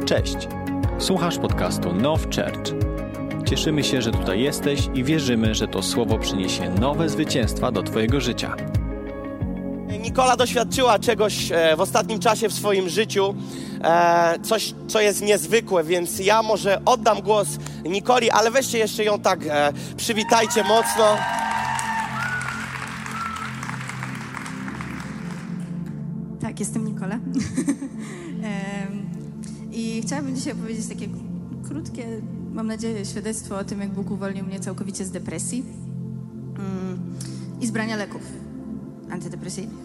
Cześć, słuchasz podcastu Now Church. Cieszymy się, że tutaj jesteś i wierzymy, że to słowo przyniesie nowe zwycięstwa do Twojego życia. Nikola doświadczyła czegoś w ostatnim czasie w swoim życiu, coś, co jest niezwykłe, więc ja może oddam głos Nikoli, ale weźcie jeszcze ją tak, przywitajcie mocno. Tak, jestem Nikola. I chciałabym dzisiaj opowiedzieć takie krótkie, mam nadzieję, świadectwo o tym, jak Bóg uwolnił mnie całkowicie z depresji i z brania leków antydepresyjnych.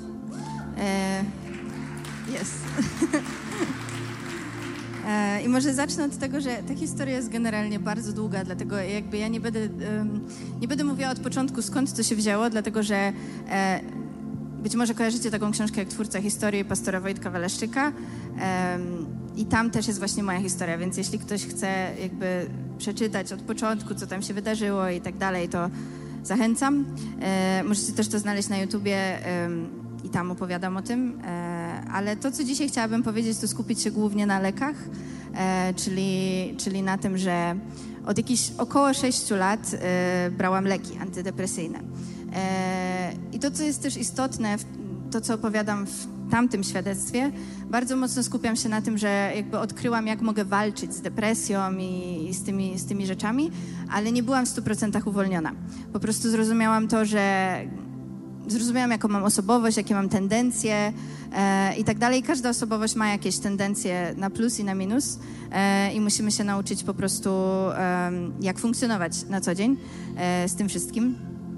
I może zacznę od tego, że ta historia jest generalnie bardzo długa, dlatego jakby ja nie będę mówiła od początku, skąd to się wzięło, dlatego że być może kojarzycie taką książkę jak Twórca historii pastora Wojtka Waleszczyka i tam też jest właśnie moja historia, więc jeśli ktoś chce jakby przeczytać od początku, co tam się wydarzyło i tak dalej, to zachęcam. Możecie też to znaleźć na YouTubie i tam opowiadam o tym, ale to, co dzisiaj chciałabym powiedzieć, to skupić się głównie na lekach, czyli na tym, że od jakichś około 6 lat brałam leki antydepresyjne. I to, co jest też istotne, to, co opowiadam w tamtym świadectwie, bardzo mocno skupiam się na tym, że jakby odkryłam, jak mogę walczyć z depresją i z tymi rzeczami, ale nie byłam w 100% uwolniona. Po prostu zrozumiałam to, że zrozumiałam, jaką mam osobowość, jakie mam tendencje i tak dalej. Każda osobowość ma jakieś tendencje na plus i na minus i musimy się nauczyć po prostu, jak funkcjonować na co dzień z tym wszystkim.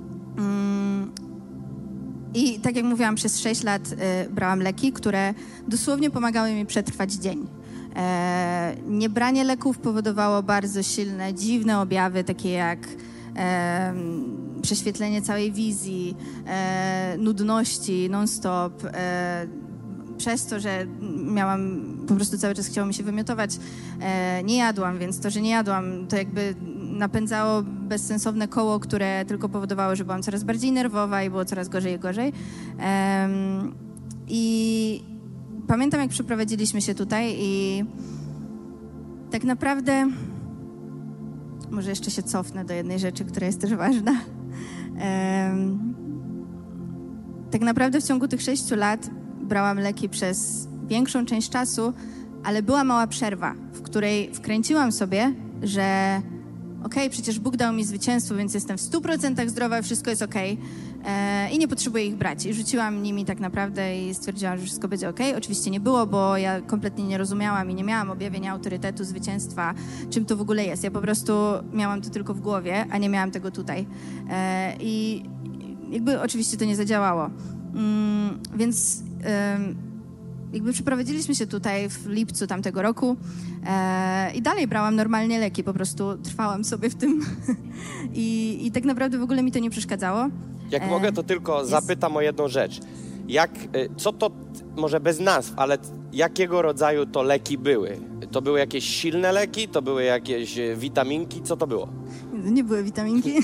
I tak jak mówiłam, przez 6 lat brałam leki, które dosłownie pomagały mi przetrwać dzień. Niebranie leków powodowało bardzo silne, dziwne objawy, takie jak prześwietlenie całej wizji, nudności non-stop. Przez to, że po prostu cały czas chciało mi się wymiotować, nie jadłam, więc to, że nie jadłam, to jakby napędzało bezsensowne koło, które tylko powodowało, że byłam coraz bardziej nerwowa i było coraz gorzej i gorzej. I pamiętam, jak przeprowadziliśmy się tutaj i tak naprawdę może jeszcze się cofnę do jednej rzeczy, która jest też ważna. Tak naprawdę w ciągu tych 6 lat brałam leki przez większą część czasu, ale była mała przerwa, w której wkręciłam sobie, że okej, przecież Bóg dał mi zwycięstwo, więc jestem w 100% zdrowa i wszystko jest okej. I nie potrzebuję ich brać. I rzuciłam nimi tak naprawdę i stwierdziłam, że wszystko będzie okej. Oczywiście nie było, bo ja kompletnie nie rozumiałam i nie miałam objawienia autorytetu, zwycięstwa, czym to w ogóle jest. Ja po prostu miałam to tylko w głowie, a nie miałam tego tutaj. I jakby oczywiście to nie zadziałało. Więc jakby przeprowadziliśmy się tutaj w lipcu tamtego roku i dalej brałam normalnie leki, po prostu trwałam sobie w tym i tak naprawdę w ogóle mi to nie przeszkadzało. Jak mogę, to tylko zapytam o jedną rzecz. Co to, może bez nazw, ale jakiego rodzaju to leki były? To były jakieś silne leki? To były jakieś witaminki? Co to było? Nie były witaminki.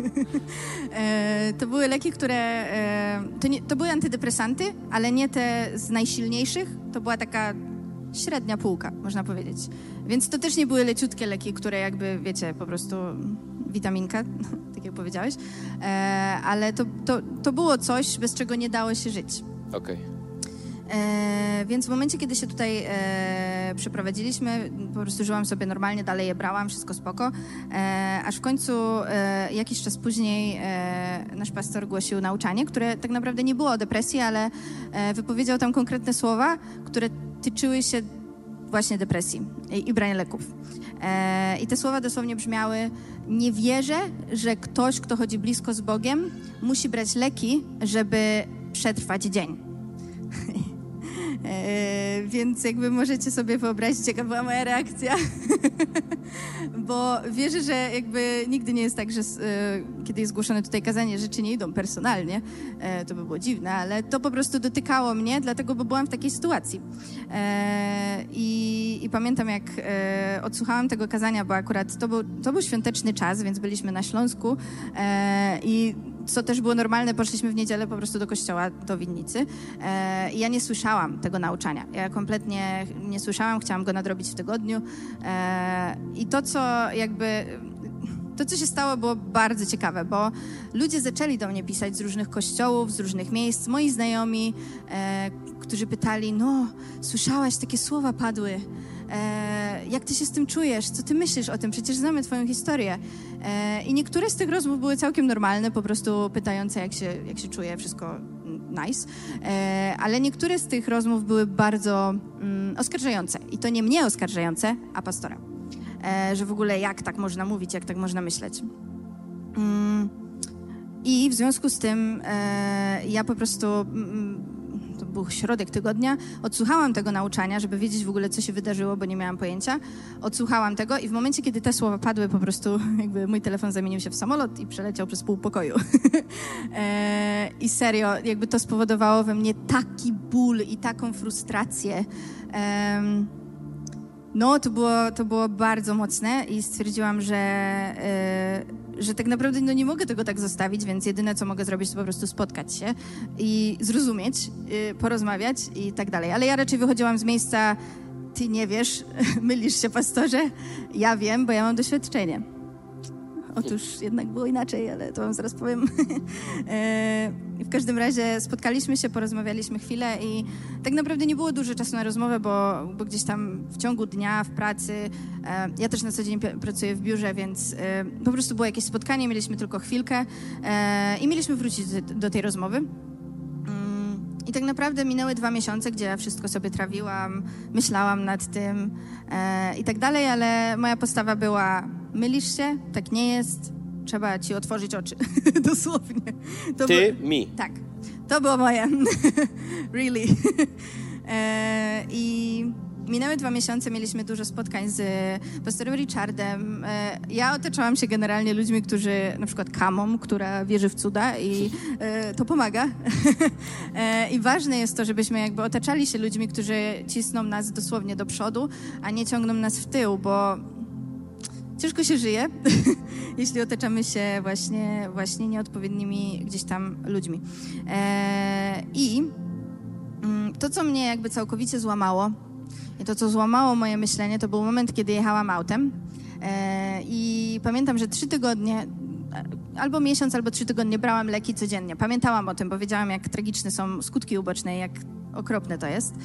To były leki, które... To były antydepresanty, ale nie te z najsilniejszych. To była taka średnia półka, można powiedzieć. Więc to też nie były leciutkie leki, które jakby, wiecie, po prostu witaminka, tak jak powiedziałeś. Ale to było coś, bez czego nie dało się żyć. Okej. Więc w momencie, kiedy się tutaj przeprowadziliśmy, po prostu żyłam sobie normalnie, dalej je brałam, wszystko spoko. Aż w końcu jakiś czas później nasz pastor głosił nauczanie, które tak naprawdę nie było o depresji, ale wypowiedział tam konkretne słowa, które tyczyły się właśnie depresji i brania leków. I te słowa dosłownie brzmiały: nie wierzę, że ktoś, kto chodzi blisko z Bogiem, musi brać leki, żeby przetrwać dzień. Więc jakby możecie sobie wyobrazić, jaka była moja reakcja. Bo wierzę, że jakby nigdy nie jest tak, że kiedy jest głoszone tutaj kazanie, rzeczy nie idą personalnie. To by było dziwne, ale to po prostu dotykało mnie, dlatego, bo byłam w takiej sytuacji. I pamiętam, jak odsłuchałam tego kazania, bo akurat to był świąteczny czas, więc byliśmy na Śląsku i co też było normalne, poszliśmy w niedzielę po prostu do kościoła, do winnicy. I ja nie słyszałam tego nauczania. Ja kompletnie nie słyszałam, chciałam go nadrobić w tygodniu. I to, co się stało, było bardzo ciekawe, bo ludzie zaczęli do mnie pisać z różnych kościołów, z różnych miejsc. Moi znajomi, którzy pytali, no, słyszałaś, takie słowa padły. Jak ty się z tym czujesz? Co ty myślisz o tym? Przecież znamy twoją historię. I niektóre z tych rozmów były całkiem normalne, po prostu pytające, jak się czuje, wszystko nice. Ale niektóre z tych rozmów były bardzo oskarżające. I to nie mnie oskarżające, a pastora. Że w ogóle jak tak można mówić, jak tak można myśleć. I w związku z tym ja po prostu, to był środek tygodnia, odsłuchałam tego nauczania, żeby wiedzieć w ogóle, co się wydarzyło, bo nie miałam pojęcia. Odsłuchałam tego i w momencie, kiedy te słowa padły, po prostu jakby mój telefon zamienił się w samolot i przeleciał przez pół pokoju. I serio, jakby to spowodowało we mnie taki ból i taką frustrację. No, to było bardzo mocne i stwierdziłam, że tak naprawdę no, nie mogę tego tak zostawić, więc jedyne, co mogę zrobić, to po prostu spotkać się i zrozumieć, porozmawiać i tak dalej. Ale ja raczej wychodziłam z miejsca, ty nie wiesz, mylisz się, pastorze, ja wiem, bo ja mam doświadczenie. Otóż jednak było inaczej, ale to wam zaraz powiem. W każdym razie spotkaliśmy się, porozmawialiśmy chwilę i tak naprawdę nie było dużo czasu na rozmowę, bo gdzieś tam w ciągu dnia, w pracy, ja też na co dzień pracuję w biurze, więc po prostu było jakieś spotkanie, mieliśmy tylko chwilkę i mieliśmy wrócić do tej rozmowy. I tak naprawdę minęły 2 miesiące, gdzie ja wszystko sobie trawiłam, myślałam nad tym i tak dalej, ale moja postawa była: mylisz się, tak nie jest, trzeba ci otworzyć oczy. Dosłownie. Mi. Tak, to było moje. Really. I minęły 2 miesiące, mieliśmy dużo spotkań z pastorem Richardem. Ja otaczałam się generalnie ludźmi, którzy, na przykład Kamą, która wierzy w cuda i to pomaga. I ważne jest to, żebyśmy jakby otaczali się ludźmi, którzy cisną nas dosłownie do przodu, a nie ciągną nas w tył, bo ciężko się żyje, jeśli otaczamy się właśnie nieodpowiednimi gdzieś tam ludźmi. I to, co mnie jakby całkowicie złamało i to, co złamało moje myślenie, to był moment, kiedy jechałam autem i pamiętam, że 3 tygodnie, albo miesiąc, albo 3 tygodnie brałam leki codziennie. Pamiętałam o tym, bo wiedziałam, jak tragiczne są skutki uboczne i jak okropne to jest.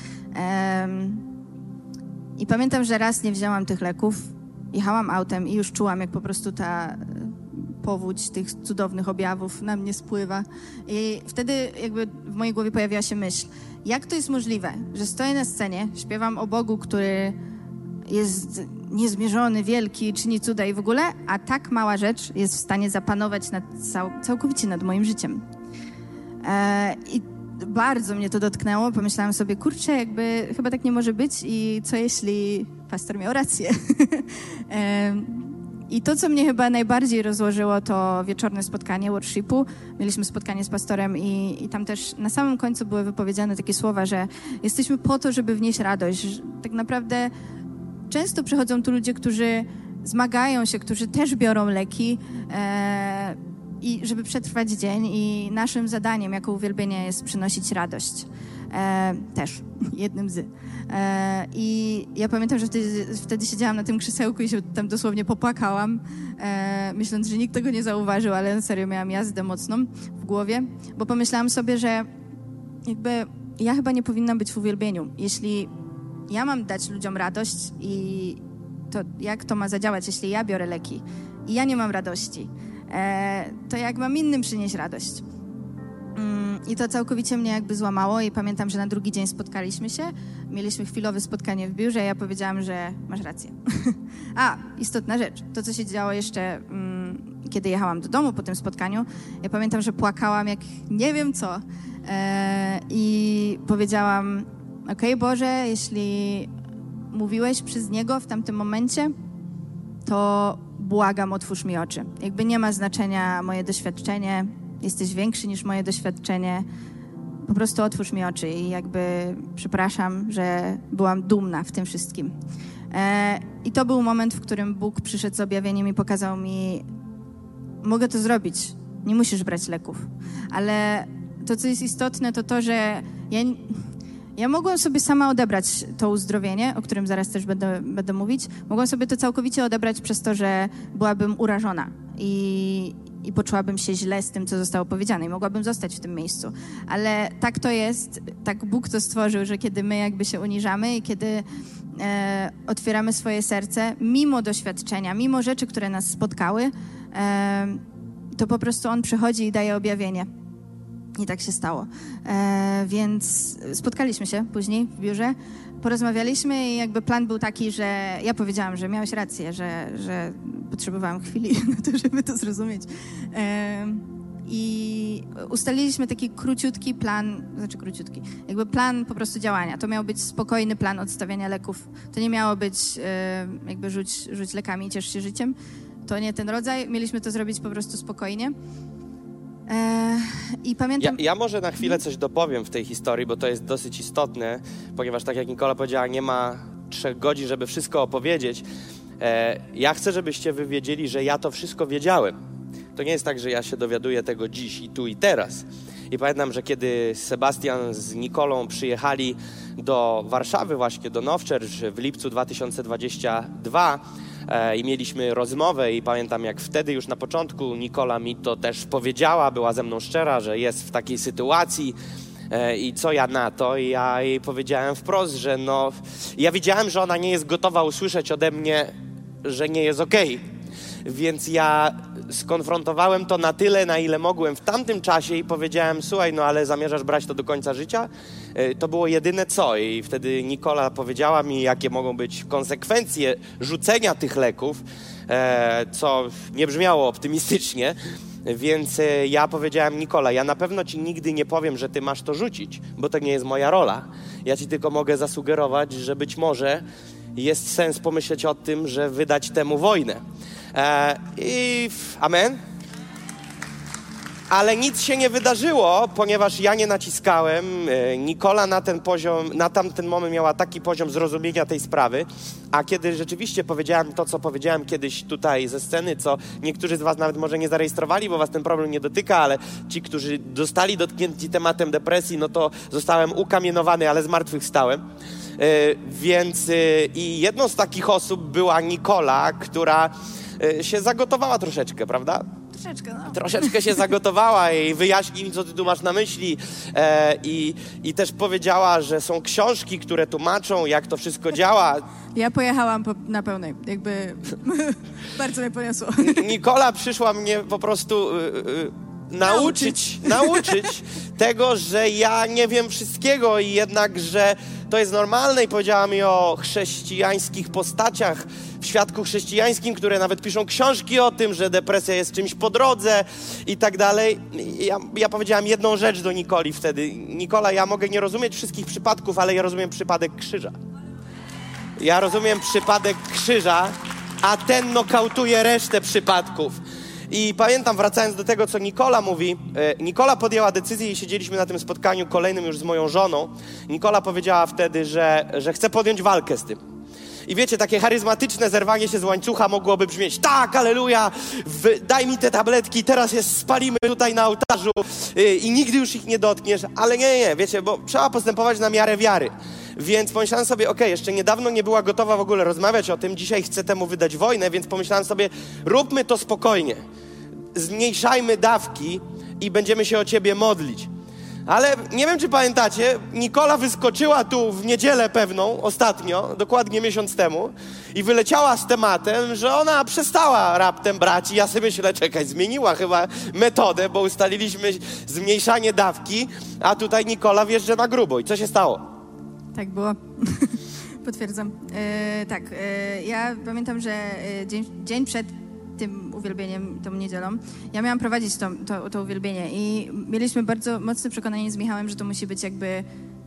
I pamiętam, że raz nie wzięłam tych leków. Jechałam autem i już czułam, jak po prostu ta powódź tych cudownych objawów na mnie spływa. I wtedy jakby w mojej głowie pojawiła się myśl, jak to jest możliwe, że stoję na scenie, śpiewam o Bogu, który jest niezmierzony, wielki, czyni cuda i w ogóle, a tak mała rzecz jest w stanie zapanować całkowicie nad moim życiem. I bardzo mnie to dotknęło. Pomyślałam sobie, kurczę, jakby chyba tak nie może być i co jeśli pastor miał rację? I to, co mnie chyba najbardziej rozłożyło, to wieczorne spotkanie worshipu. Mieliśmy spotkanie z pastorem i tam też na samym końcu były wypowiedziane takie słowa, że jesteśmy po to, żeby wnieść radość. Że tak naprawdę często przychodzą tu ludzie, którzy zmagają się, którzy też biorą leki i żeby przetrwać dzień i naszym zadaniem jako uwielbienie jest przynosić radość. Też jednym z. I ja pamiętam, że wtedy siedziałam na tym krzesełku i się tam dosłownie popłakałam, myśląc, że nikt tego nie zauważył, ale na serio miałam jazdę mocną w głowie, bo pomyślałam sobie, że jakby ja chyba nie powinnam być w uwielbieniu. Jeśli ja mam dać ludziom radość i to jak to ma zadziałać, jeśli ja biorę leki i ja nie mam radości, to jak mam innym przynieść radość? I to całkowicie mnie jakby złamało i pamiętam, że na drugi dzień spotkaliśmy się, mieliśmy chwilowe spotkanie w biurze i ja powiedziałam, że masz rację. A, istotna rzecz, to co się działo jeszcze, kiedy jechałam do domu po tym spotkaniu, ja pamiętam, że płakałam jak nie wiem co i powiedziałam, okej, Boże, jeśli mówiłeś przez Niego w tamtym momencie, to błagam, otwórz mi oczy. Jakby nie ma znaczenia moje doświadczenie, jesteś większy niż moje doświadczenie, po prostu otwórz mi oczy i jakby przepraszam, że byłam dumna w tym wszystkim. I to był moment, w którym Bóg przyszedł z objawieniem i pokazał mi, mogę to zrobić, Nie musisz brać leków. Ale to, co jest istotne, to to, że ja mogłam sobie sama odebrać to uzdrowienie, o którym zaraz też będę mówić. Mogłam sobie to całkowicie odebrać przez to, że byłabym urażona i poczułabym się źle z tym, co zostało powiedziane i mogłabym zostać w tym miejscu. Ale tak to jest, tak Bóg to stworzył, że kiedy my jakby się uniżamy i kiedy otwieramy swoje serce, mimo doświadczenia, mimo rzeczy, które nas spotkały, to po prostu On przychodzi i daje objawienie. I tak się stało. Więc spotkaliśmy się później w biurze, porozmawialiśmy i jakby plan był taki, że ja powiedziałam, że miałeś rację, że potrzebowałam chwili na to, żeby to zrozumieć. I ustaliliśmy taki króciutki plan, jakby plan po prostu działania. To miał być spokojny plan odstawiania leków. To nie miało być jakby rzuć lekami i ciesz się życiem. To nie ten rodzaj. Mieliśmy to zrobić po prostu spokojnie. I pamiętam... Ja może na chwilę coś dopowiem w tej historii, bo to jest dosyć istotne, ponieważ tak jak Nikola powiedziała, nie ma 3 godzin, żeby wszystko opowiedzieć. Ja chcę, żebyście wy wiedzieli, że ja to wszystko wiedziałem. To nie jest tak, że ja się dowiaduję tego dziś i tu i teraz. I pamiętam, że kiedy Sebastian z Nikolą przyjechali do Warszawy właśnie, do Now Church w lipcu 2022 i mieliśmy rozmowę i pamiętam, jak wtedy już na początku Nikola mi to też powiedziała, była ze mną szczera, że jest w takiej sytuacji i co ja na to. I ja jej powiedziałem wprost, że ja widziałem, że ona nie jest gotowa usłyszeć ode mnie, że nie jest okej. Więc ja skonfrontowałem to na tyle, na ile mogłem w tamtym czasie i powiedziałem, słuchaj, ale zamierzasz brać to do końca życia? To było jedyne co. I wtedy Nikola powiedziała mi, jakie mogą być konsekwencje rzucenia tych leków, co nie brzmiało optymistycznie. Więc ja powiedziałem, Nikola, ja na pewno ci nigdy nie powiem, że ty masz to rzucić, bo to nie jest moja rola. Ja ci tylko mogę zasugerować, że być może jest sens pomyśleć o tym, że wydać temu wojnę. Amen. Ale nic się nie wydarzyło, ponieważ ja nie naciskałem. Nikola na tamten moment miała taki poziom zrozumienia tej sprawy, a kiedy rzeczywiście powiedziałem to, co powiedziałem kiedyś tutaj ze sceny, co niektórzy z was nawet może nie zarejestrowali, bo was ten problem nie dotyka, ale ci, którzy zostali dotknięci tematem depresji, to zostałem ukamienowany, ale zmartwychwstałem. Więc i jedną z takich osób była Nikola, która się zagotowała troszeczkę, prawda? Troszeczkę się zagotowała i wyjaśni mi, co ty tu masz na myśli. I też powiedziała, że są książki, które tłumaczą, jak to wszystko działa. Ja pojechałam na pełnej, jakby bardzo mnie poniosło. Nikola przyszła mnie po prostu nauczyć tego, że ja nie wiem wszystkiego i jednak, że to jest normalne i powiedziała mi o chrześcijańskich postaciach w świadku chrześcijańskim, które nawet piszą książki o tym, że depresja jest czymś po drodze i tak dalej. Ja powiedziałam jedną rzecz do Nikoli wtedy. Nikola, ja mogę nie rozumieć wszystkich przypadków, ale ja rozumiem przypadek krzyża. Ja rozumiem przypadek krzyża, a ten nokautuje resztę przypadków. I pamiętam, wracając do tego, co Nikola mówi, Nikola podjęła decyzję i siedzieliśmy na tym spotkaniu kolejnym już z moją żoną. Nikola powiedziała wtedy, że chce podjąć walkę z tym. I wiecie, takie charyzmatyczne zerwanie się z łańcucha mogłoby brzmieć: tak, alleluja, daj mi te tabletki, teraz je spalimy tutaj na ołtarzu i nigdy już ich nie dotkniesz. Ale nie, wiecie, bo trzeba postępować na miarę wiary. Więc pomyślałem sobie, jeszcze niedawno nie była gotowa w ogóle rozmawiać o tym, dzisiaj chcę temu wydać wojnę, więc pomyślałem sobie, róbmy to spokojnie. Zmniejszajmy dawki i będziemy się o ciebie modlić. Ale nie wiem, czy pamiętacie, Nikola wyskoczyła tu w niedzielę pewną, ostatnio, dokładnie miesiąc temu i wyleciała z tematem, że ona przestała raptem brać i ja sobie myślę, czekaj, zmieniła chyba metodę, bo ustaliliśmy zmniejszanie dawki, a tutaj Nikola wjeżdża na grubo. I co się stało? Tak było. Potwierdzam. Ja pamiętam, że dzień przed tym uwielbieniem, tą niedzielą, ja miałam prowadzić to uwielbienie i mieliśmy bardzo mocne przekonanie z Michałem, że to musi być jakby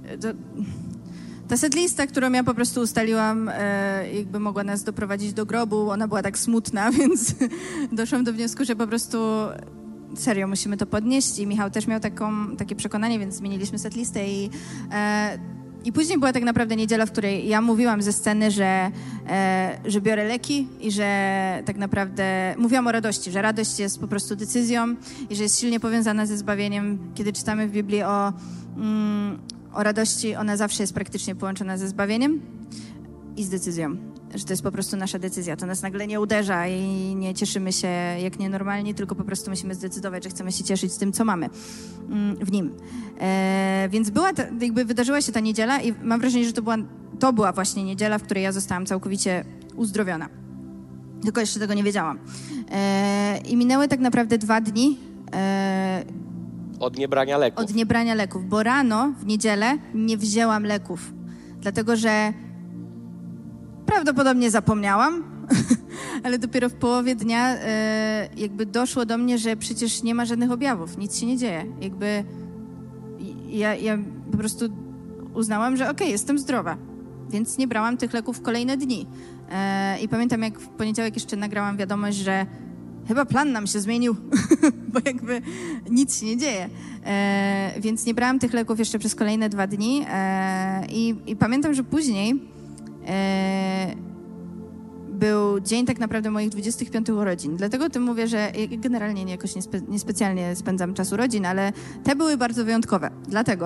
ta setlista, którą ja po prostu ustaliłam, jakby mogła nas doprowadzić do grobu. Ona była tak smutna, więc doszłam do wniosku, że po prostu serio musimy to podnieść i Michał też miał takie przekonanie, więc zmieniliśmy setlistę i I później była tak naprawdę niedziela, w której ja mówiłam ze sceny, że biorę leki i że tak naprawdę mówiłam o radości, że radość jest po prostu decyzją i że jest silnie powiązana ze zbawieniem. Kiedy czytamy w Biblii o radości, ona zawsze jest praktycznie połączona ze zbawieniem i z decyzją. Że to jest po prostu nasza decyzja. To nas nagle nie uderza i nie cieszymy się jak nienormalni, tylko po prostu musimy zdecydować, że chcemy się cieszyć z tym, co mamy w nim. Więc wydarzyła się ta niedziela i mam wrażenie, że to była właśnie niedziela, w której ja zostałam całkowicie uzdrowiona. Tylko jeszcze tego nie wiedziałam. I minęły tak naprawdę 2 dni od niebrania leków. Od niebrania leków, bo rano w niedzielę nie wzięłam leków, dlatego że prawdopodobnie zapomniałam, ale dopiero w połowie dnia jakby doszło do mnie, że przecież nie ma żadnych objawów, nic się nie dzieje. Jakby ja po prostu uznałam, że okej, jestem zdrowa, więc nie brałam tych leków kolejne dni. I pamiętam, jak w poniedziałek jeszcze nagrałam wiadomość, że chyba plan nam się zmienił, bo jakby nic się nie dzieje. Więc nie brałam tych leków jeszcze przez kolejne 2 dni i pamiętam, że później był dzień tak naprawdę moich 25 urodzin. Dlatego o tym mówię, że generalnie jakoś niespecjalnie spędzam czas urodzin, ale te były bardzo wyjątkowe. Dlatego,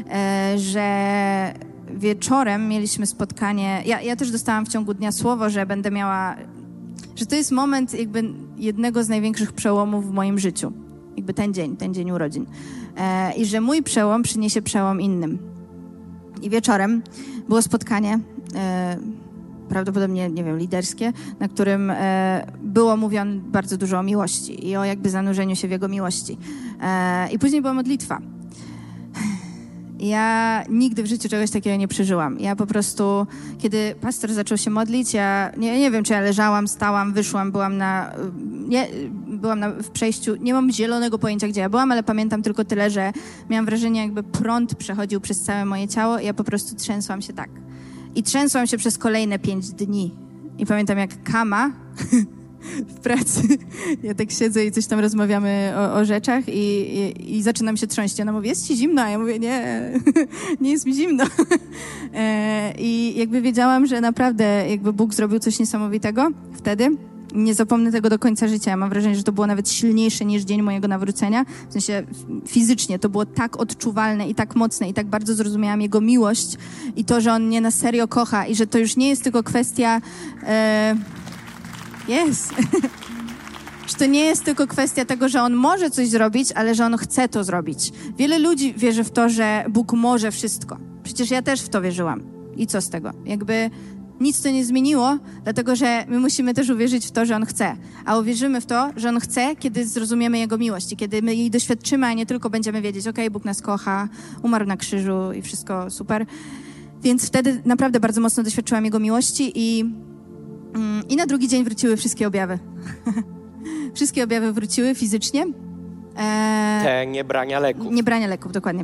że wieczorem mieliśmy spotkanie. Ja też dostałam w ciągu dnia słowo, że będę miała, że to jest moment jakby jednego z największych przełomów w moim życiu. Jakby ten dzień urodzin. I że mój przełom przyniesie przełom innym. I wieczorem było spotkanie, prawdopodobnie, nie wiem, liderskie, na którym było mówione bardzo dużo o miłości i o jakby zanurzeniu się w Jego miłości. I później była modlitwa. Ja nigdy w życiu czegoś takiego nie przeżyłam. Ja po prostu, kiedy pastor zaczął się modlić, ja nie wiem, czy ja leżałam, stałam, wyszłam, byłam w przejściu, nie mam zielonego pojęcia, gdzie ja byłam, ale pamiętam tylko tyle, że miałam wrażenie, jakby prąd przechodził przez całe moje ciało i ja po prostu trzęsłam się tak. I trzęsłam się przez kolejne 5 dni. I pamiętam, jak Kama w pracy, ja tak siedzę i coś tam rozmawiamy o rzeczach i zaczynam się trząść. Ona mówi, jest ci zimno? A ja mówię, nie jest mi zimno. I jakby wiedziałam, że naprawdę jakby Bóg zrobił coś niesamowitego wtedy. Nie zapomnę tego do końca życia. Ja mam wrażenie, że to było nawet silniejsze niż dzień mojego nawrócenia. W sensie fizycznie to było tak odczuwalne i tak mocne i tak bardzo zrozumiałam Jego miłość i to, że On mnie na serio kocha i że to już nie jest tylko kwestia... że to nie jest tylko kwestia tego, że On może coś zrobić, ale że On chce to zrobić. Wiele ludzi wierzy w to, że Bóg może wszystko. Przecież ja też w to wierzyłam. I co z tego? Jakby nic to nie zmieniło, dlatego że my musimy też uwierzyć w to, że On chce. A uwierzymy w to, że On chce, kiedy zrozumiemy Jego miłość i kiedy my jej doświadczymy, a nie tylko będziemy wiedzieć, okej, Bóg nas kocha, umarł na krzyżu i wszystko super. Więc wtedy naprawdę bardzo mocno doświadczyłam Jego miłości i na drugi dzień wróciły wszystkie objawy. Wszystkie objawy wróciły fizycznie. Te niebrania leków. Niebrania leków, dokładnie.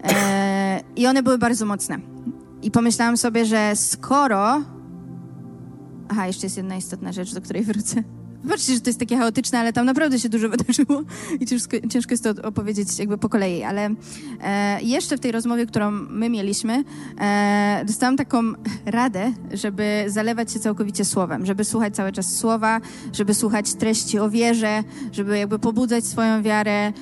I one były bardzo mocne. I pomyślałam sobie, że skoro... Aha, jeszcze jest jedna istotna rzecz, do której wrócę. Wybaczcie, że to jest takie chaotyczne, ale tam naprawdę się dużo wydarzyło i ciężko jest to opowiedzieć jakby po kolei, ale jeszcze w tej rozmowie, którą my mieliśmy, dostałam taką radę, żeby zalewać się całkowicie słowem, żeby słuchać cały czas słowa, żeby słuchać treści o wierze, żeby jakby pobudzać swoją wiarę,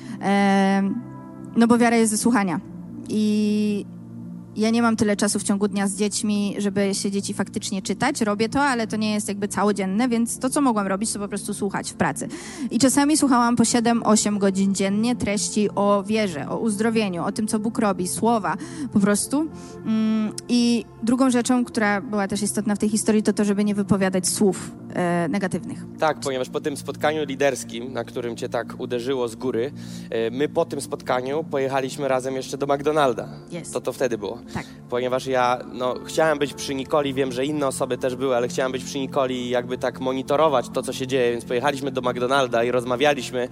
no bo wiara jest ze słuchania. I ja nie mam tyle czasu w ciągu dnia z dziećmi, żeby siedzieć i faktycznie czytać. Robię to, ale to nie jest jakby całodzienne, więc to, co mogłam robić, to po prostu słuchać w pracy. I czasami słuchałam po 7-8 godzin dziennie treści o wierze, o uzdrowieniu, o tym, co Bóg robi, słowa po prostu. I drugą rzeczą, która była też istotna w tej historii, to to, żeby nie wypowiadać słów negatywnych. Tak, ponieważ po tym spotkaniu liderskim, na którym cię tak uderzyło z góry, my po tym spotkaniu pojechaliśmy razem jeszcze do McDonalda. Jest. To wtedy było. Tak. Ponieważ ja chciałem być przy Nikoli, wiem, że inne osoby też były, ale chciałem być przy Nikoli i jakby tak monitorować to, co się dzieje, więc pojechaliśmy do McDonalda i rozmawialiśmy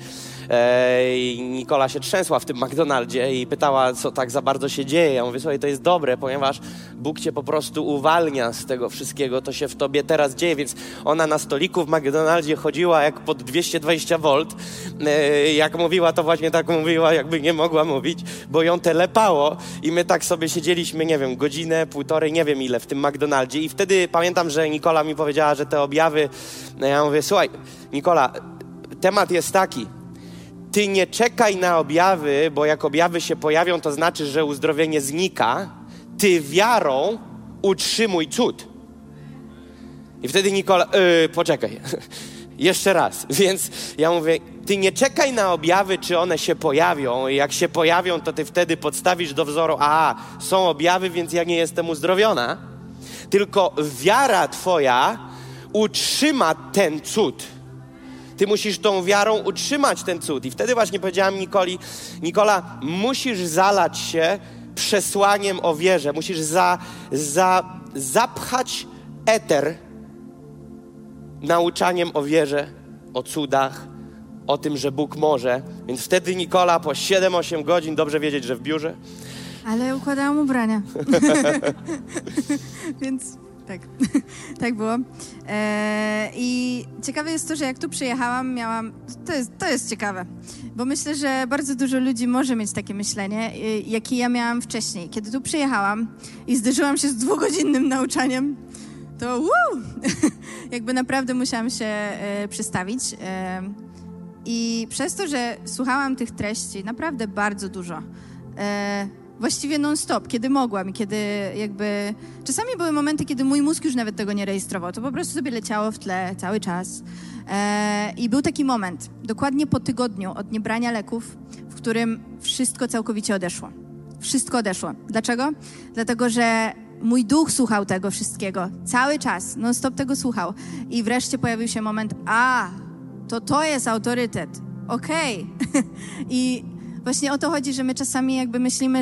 i Nikola się trzęsła w tym McDonaldzie i pytała, co tak za bardzo się dzieje. Ja mówię, słuchaj, to jest dobre, ponieważ Bóg cię po prostu uwalnia z tego wszystkiego, to się w tobie teraz dzieje, więc ona na stoliku w McDonaldzie chodziła jak pod 220 V. Jak mówiła, to właśnie tak mówiła, jakby nie mogła mówić, bo ją telepało i my tak sobie siedzieliśmy, nie wiem, godzinę, półtorej, nie wiem ile w tym McDonaldzie i wtedy pamiętam, że Nikola mi powiedziała, że te objawy, ja mówię, słuchaj, Nikola, temat jest taki, ty nie czekaj na objawy, bo jak objawy się pojawią, to znaczy, że uzdrowienie znika, ty wiarą utrzymuj cud. I wtedy Nikola, poczekaj, jeszcze raz. Więc ja mówię, ty nie czekaj na objawy, czy one się pojawią. I jak się pojawią, to ty wtedy podstawisz do wzoru, są objawy, więc ja nie jestem uzdrowiona. Tylko wiara twoja utrzyma ten cud. Ty musisz tą wiarą utrzymać ten cud. I wtedy właśnie powiedziałam Nikoli, Nikola, musisz zalać się przesłaniem o wierze. Musisz zapchać eter nauczaniem o wierze, o cudach, o tym, że Bóg może. Więc wtedy Nikola po 7-8 godzin, dobrze wiedzieć, że w biurze. Ale układałam ubrania. Więc tak było. I ciekawe jest to, że jak tu przyjechałam, to jest ciekawe, bo myślę, że bardzo dużo ludzi może mieć takie myślenie, jakie ja miałam wcześniej. Kiedy tu przyjechałam i zderzyłam się z 2-godzinnym nauczaniem, to jakby naprawdę musiałam się przestawić. I przez to, że słuchałam tych treści naprawdę bardzo dużo, właściwie non-stop, kiedy mogłam i kiedy jakby... Czasami były momenty, kiedy mój mózg już nawet tego nie rejestrował. To po prostu sobie leciało w tle cały czas. I był taki moment, dokładnie po tygodniu od niebrania leków, w którym wszystko całkowicie odeszło. Wszystko odeszło. Dlaczego? Dlatego, że mój duch słuchał tego wszystkiego. Cały czas, non-stop tego słuchał. I wreszcie pojawił się moment, to jest autorytet. Okej. I właśnie o to chodzi, że my czasami jakby myślimy,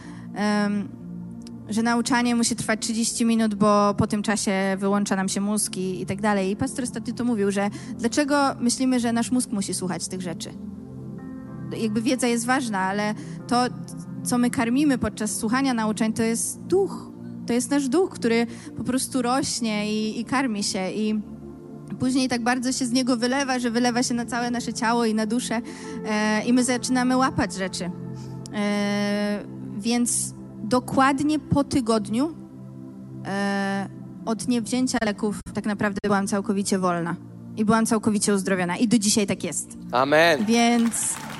że nauczanie musi trwać 30 minut, bo po tym czasie wyłącza nam się mózg i tak dalej. I pastor ostatnio to mówił, że dlaczego myślimy, że nasz mózg musi słuchać tych rzeczy? Jakby wiedza jest ważna, ale to, co my karmimy podczas słuchania nauczeń, to jest duch. To jest nasz duch, który po prostu rośnie i karmi się i później tak bardzo się z niego wylewa, że wylewa się na całe nasze ciało i na duszę i my zaczynamy łapać rzeczy. Więc dokładnie po tygodniu od niewzięcia leków tak naprawdę byłam całkowicie wolna i byłam całkowicie uzdrowiona i do dzisiaj tak jest. Amen. Więc...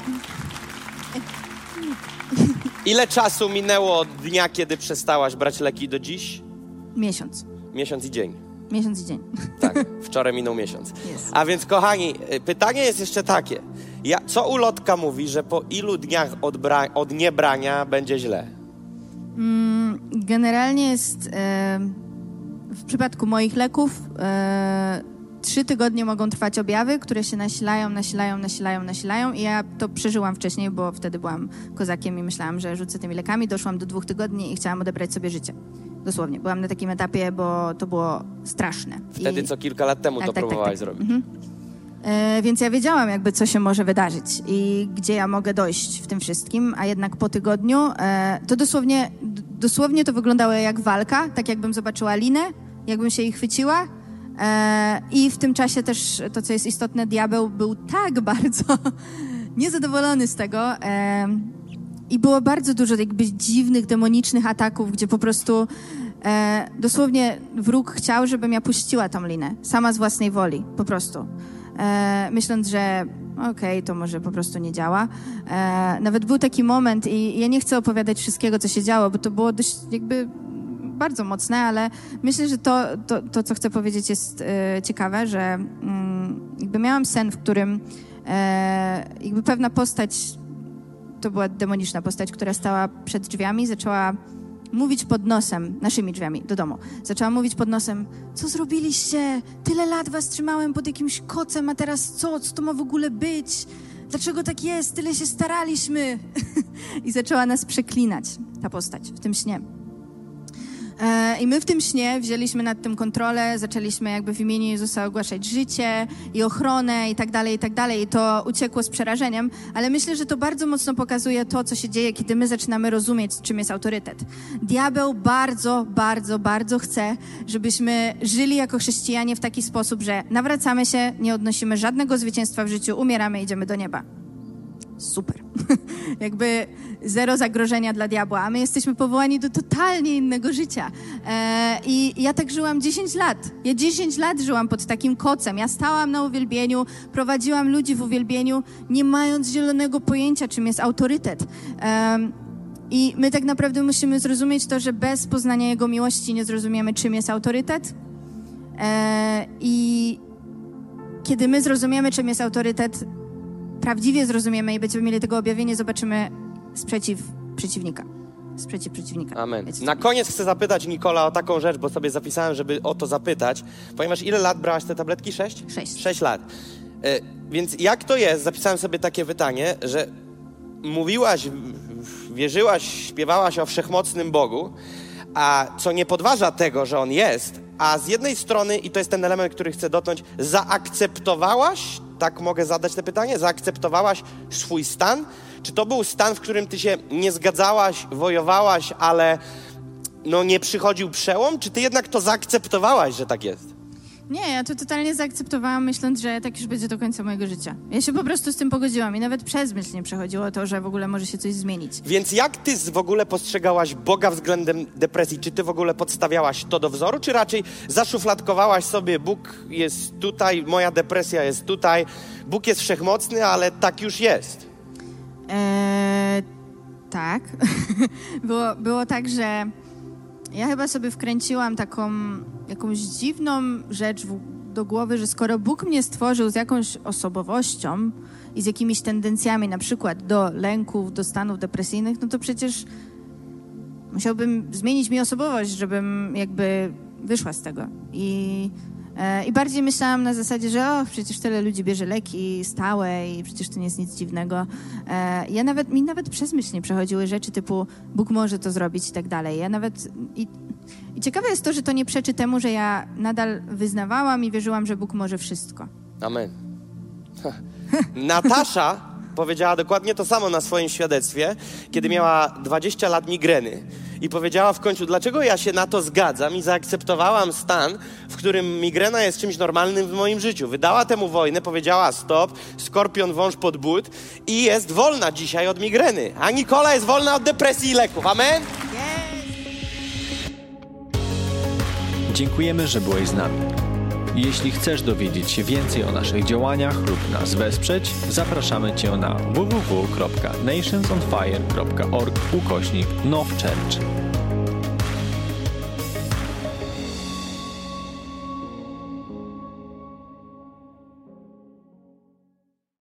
Ile czasu minęło od dnia, kiedy przestałaś brać leki do dziś? Miesiąc. Miesiąc i dzień. Miesiąc i dzień. Tak, wczoraj minął miesiąc. Yes. A więc, kochani, pytanie jest jeszcze takie. Co ulotka mówi, że po ilu dniach od niebrania będzie źle? Generalnie jest w przypadku moich leków 3 tygodnie mogą trwać objawy, które się nasilają i ja to przeżyłam wcześniej, bo wtedy byłam kozakiem i myślałam, że rzucę tymi lekami. Doszłam do 2 tygodni i chciałam odebrać sobie życie. Dosłownie. Byłam na takim etapie, bo to było straszne. Wtedy co kilka lat temu to próbowałaś zrobić. Mhm. Więc ja wiedziałam jakby, co się może wydarzyć i gdzie ja mogę dojść w tym wszystkim, a jednak po tygodniu to dosłownie to wyglądało jak walka, tak jakbym zobaczyła linę, jakbym się jej chwyciła i w tym czasie też to, co jest istotne, diabeł był tak bardzo niezadowolony z tego i było bardzo dużo jakby dziwnych, demonicznych ataków, gdzie po prostu dosłownie wróg chciał, żebym ja puściła tą linę, sama z własnej woli, po prostu. Myśląc, że okej, to może po prostu nie działa. Nawet był taki moment i ja nie chcę opowiadać wszystkiego, co się działo, bo to było dość jakby bardzo mocne, ale myślę, że to co chcę powiedzieć jest ciekawe, że jakby miałam sen, w którym jakby pewna postać, to była demoniczna postać, która stała przed drzwiami, zaczęła mówić pod nosem, naszymi drzwiami do domu. Zaczęła mówić pod nosem, co zrobiliście? Tyle lat was trzymałem pod jakimś kocem, a teraz co? Co to ma w ogóle być? Dlaczego tak jest? Tyle się staraliśmy. I zaczęła nas przeklinać, ta postać, w tym śnie. I my w tym śnie wzięliśmy nad tym kontrolę, zaczęliśmy jakby w imieniu Jezusa ogłaszać życie i ochronę i tak dalej, i tak dalej. I to uciekło z przerażeniem, ale myślę, że to bardzo mocno pokazuje to, co się dzieje, kiedy my zaczynamy rozumieć, czym jest autorytet. Diabeł bardzo, bardzo, bardzo chce, żebyśmy żyli jako chrześcijanie w taki sposób, że nawracamy się, nie odnosimy żadnego zwycięstwa w życiu, umieramy i idziemy do nieba. Super. Jakby zero zagrożenia dla diabła, a my jesteśmy powołani do totalnie innego życia. I ja tak żyłam 10 lat. Ja 10 lat żyłam pod takim kocem. Ja stałam na uwielbieniu, prowadziłam ludzi w uwielbieniu, nie mając zielonego pojęcia, czym jest autorytet. I my tak naprawdę musimy zrozumieć to, że bez poznania Jego miłości nie zrozumiemy, czym jest autorytet. I kiedy my zrozumiemy, czym jest autorytet, prawdziwie zrozumiemy i będziemy mieli tego objawienie, zobaczymy sprzeciw przeciwnika. Amen. Na koniec chcę zapytać Nikola o taką rzecz, bo sobie zapisałem, żeby o to zapytać. Ponieważ ile lat brałaś te tabletki? 6? 6 lat. Więc jak to jest, zapisałem sobie takie pytanie, że mówiłaś, wierzyłaś, śpiewałaś o wszechmocnym Bogu, a co nie podważa tego, że On jest, a z jednej strony, i to jest ten element, który chcę dotknąć, zaakceptowałaś, tak mogę zadać to pytanie, zaakceptowałaś swój stan? Czy to był stan, w którym ty się nie zgadzałaś, wojowałaś, ale no nie przychodził przełom? Czy ty jednak to zaakceptowałaś, że tak jest? Nie, ja to totalnie zaakceptowałam, myśląc, że tak już będzie do końca mojego życia. Ja się po prostu z tym pogodziłam i nawet przez myśl nie przechodziło to, że w ogóle może się coś zmienić. Więc jak ty w ogóle postrzegałaś Boga względem depresji? Czy ty w ogóle podstawiałaś to do wzoru, czy raczej zaszufladkowałaś sobie, Bóg jest tutaj, moja depresja jest tutaj, Bóg jest wszechmocny, ale tak już jest? Tak. Było tak, że ja chyba sobie wkręciłam taką jakąś dziwną rzecz do głowy, że skoro Bóg mnie stworzył z jakąś osobowością i z jakimiś tendencjami, na przykład do lęków, do stanów depresyjnych, no to przecież musiałbym zmienić mi osobowość, żebym jakby wyszła z tego. I bardziej myślałam na zasadzie, że przecież tyle ludzi bierze leki stałe i przecież to nie jest nic dziwnego. Mi nawet przez myśl nie przechodziły rzeczy typu Bóg może to zrobić i tak dalej. I ciekawe jest to, że to nie przeczy temu, że ja nadal wyznawałam i wierzyłam, że Bóg może wszystko. Amen. Natasza powiedziała dokładnie to samo na swoim świadectwie, kiedy miała 20 lat migreny. I powiedziała w końcu, dlaczego ja się na to zgadzam i zaakceptowałam stan, w którym migrena jest czymś normalnym w moim życiu. Wydała temu wojnę, powiedziała stop, skorpion wąż pod but i jest wolna dzisiaj od migreny. A Nikola jest wolna od depresji i leków. Amen? Dziękujemy, że byłeś z nami. Jeśli chcesz dowiedzieć się więcej o naszych działaniach lub nas wesprzeć, zapraszamy Cię na www.nationsonfire.org/nowchurch.